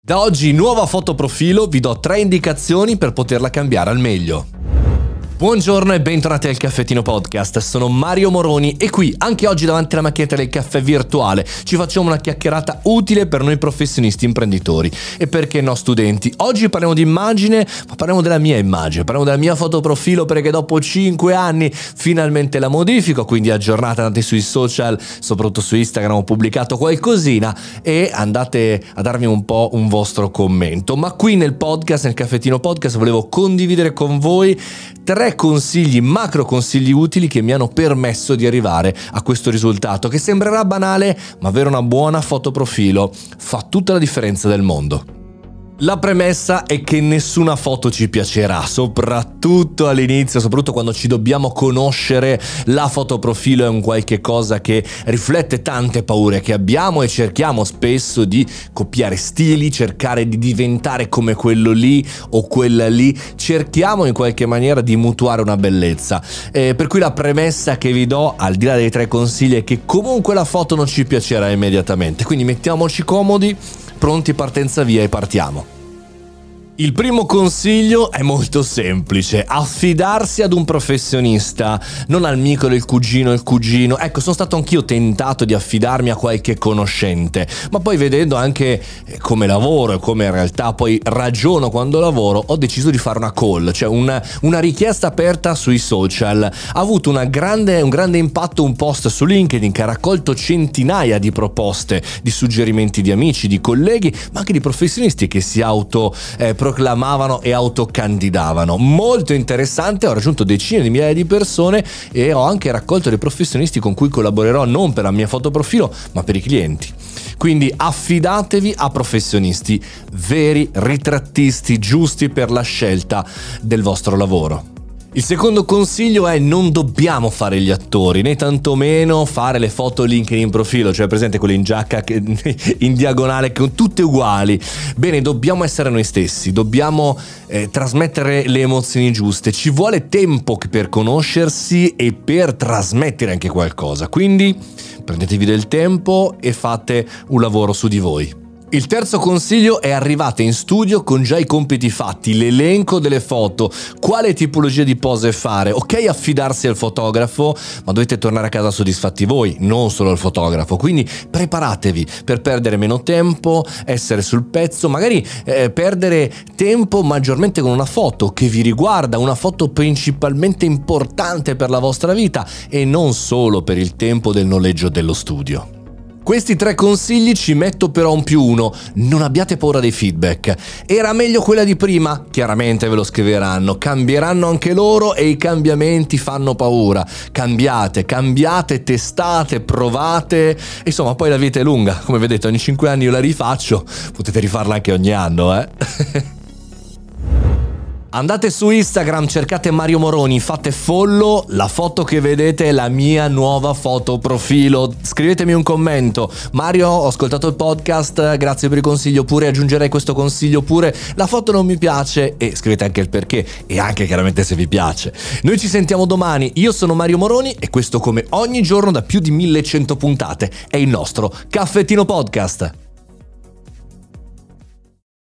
Da oggi nuova fotoprofilo, vi do 3 indicazioni per poterla cambiare al meglio. Buongiorno e bentornati al Caffettino Podcast, sono Mario Moroni e qui, anche oggi davanti alla macchinetta del caffè virtuale, ci facciamo una chiacchierata utile per noi professionisti imprenditori e perché no studenti. Oggi parliamo di immagine, ma parliamo della mia immagine, parliamo della mia fotoprofilo perché dopo 5 anni finalmente la modifico, quindi aggiornate, andate sui social, soprattutto su Instagram ho pubblicato qualcosina e andate a darmi un po' un vostro commento. Ma qui nel podcast, nel Caffettino Podcast, volevo condividere con voi 3 consigli, macro consigli utili che mi hanno permesso di arrivare a questo risultato che sembrerà banale, ma avere una buona fotoprofilo fa tutta la differenza del mondo. La premessa è che nessuna foto ci piacerà, soprattutto all'inizio, soprattutto quando ci dobbiamo conoscere. La fotoprofilo è un qualche cosa che riflette tante paure che abbiamo e cerchiamo spesso di copiare stili, cercare di diventare come quello lì o quella lì, cerchiamo in qualche maniera di mutuare una bellezza. Per cui la premessa che vi do, al di là dei 3 consigli, è che comunque la foto non ci piacerà immediatamente, quindi mettiamoci comodi, pronti, partenza via e partiamo. Il primo consiglio è molto semplice: affidarsi ad un professionista, non al amico del cugino, il cugino. Ecco, sono stato anch'io tentato di affidarmi a qualche conoscente, ma poi vedendo anche come lavoro e come in realtà poi ragiono quando lavoro, ho deciso di fare una call, cioè una richiesta aperta sui social. Ha avuto un grande impatto un post su LinkedIn che ha raccolto centinaia di proposte, di suggerimenti di amici, di colleghi, ma anche di professionisti che si proclamavano e autocandidavano. Molto interessante, ho raggiunto decine di migliaia di persone e ho anche raccolto dei professionisti con cui collaborerò non per la mia fotoprofilo ma per i clienti. Quindi affidatevi a professionisti veri, ritrattisti giusti per la scelta del vostro lavoro. Il secondo consiglio è: non dobbiamo fare gli attori, né tantomeno fare le foto LinkedIn in profilo, cioè presente quelle in giacca in diagonale, che tutte uguali. Bene, dobbiamo essere noi stessi, dobbiamo trasmettere le emozioni giuste, ci vuole tempo per conoscersi e per trasmettere anche qualcosa, quindi prendetevi del tempo e fate un lavoro su di voi. Il terzo consiglio è: arrivate in studio con già i compiti fatti, l'elenco delle foto, quale tipologia di pose fare. Ok, affidarsi al fotografo, ma dovete tornare a casa soddisfatti voi, non solo il fotografo. Quindi preparatevi per perdere meno tempo, essere sul pezzo, magari perdere tempo maggiormente con una foto che vi riguarda, una foto principalmente importante per la vostra vita e non solo per il tempo del noleggio dello studio. Questi 3 consigli ci metto però un +1, non abbiate paura dei feedback. Era meglio quella di prima? Chiaramente ve lo scriveranno, cambieranno anche loro e i cambiamenti fanno paura. Cambiate, testate, provate, insomma poi la vita è lunga, come vedete ogni 5 anni io la rifaccio, potete rifarla anche ogni anno, Andate su Instagram, cercate Mario Moroni, fate follow, la foto che vedete è la mia nuova fotoprofilo. Scrivetemi un commento: Mario, ho ascoltato il podcast, grazie per il consiglio, oppure aggiungerei questo consiglio, oppure la foto non mi piace, e scrivete anche il perché e anche chiaramente se vi piace. Noi ci sentiamo domani, io sono Mario Moroni e questo, come ogni giorno da più di 1100 puntate, è il nostro Caffettino Podcast.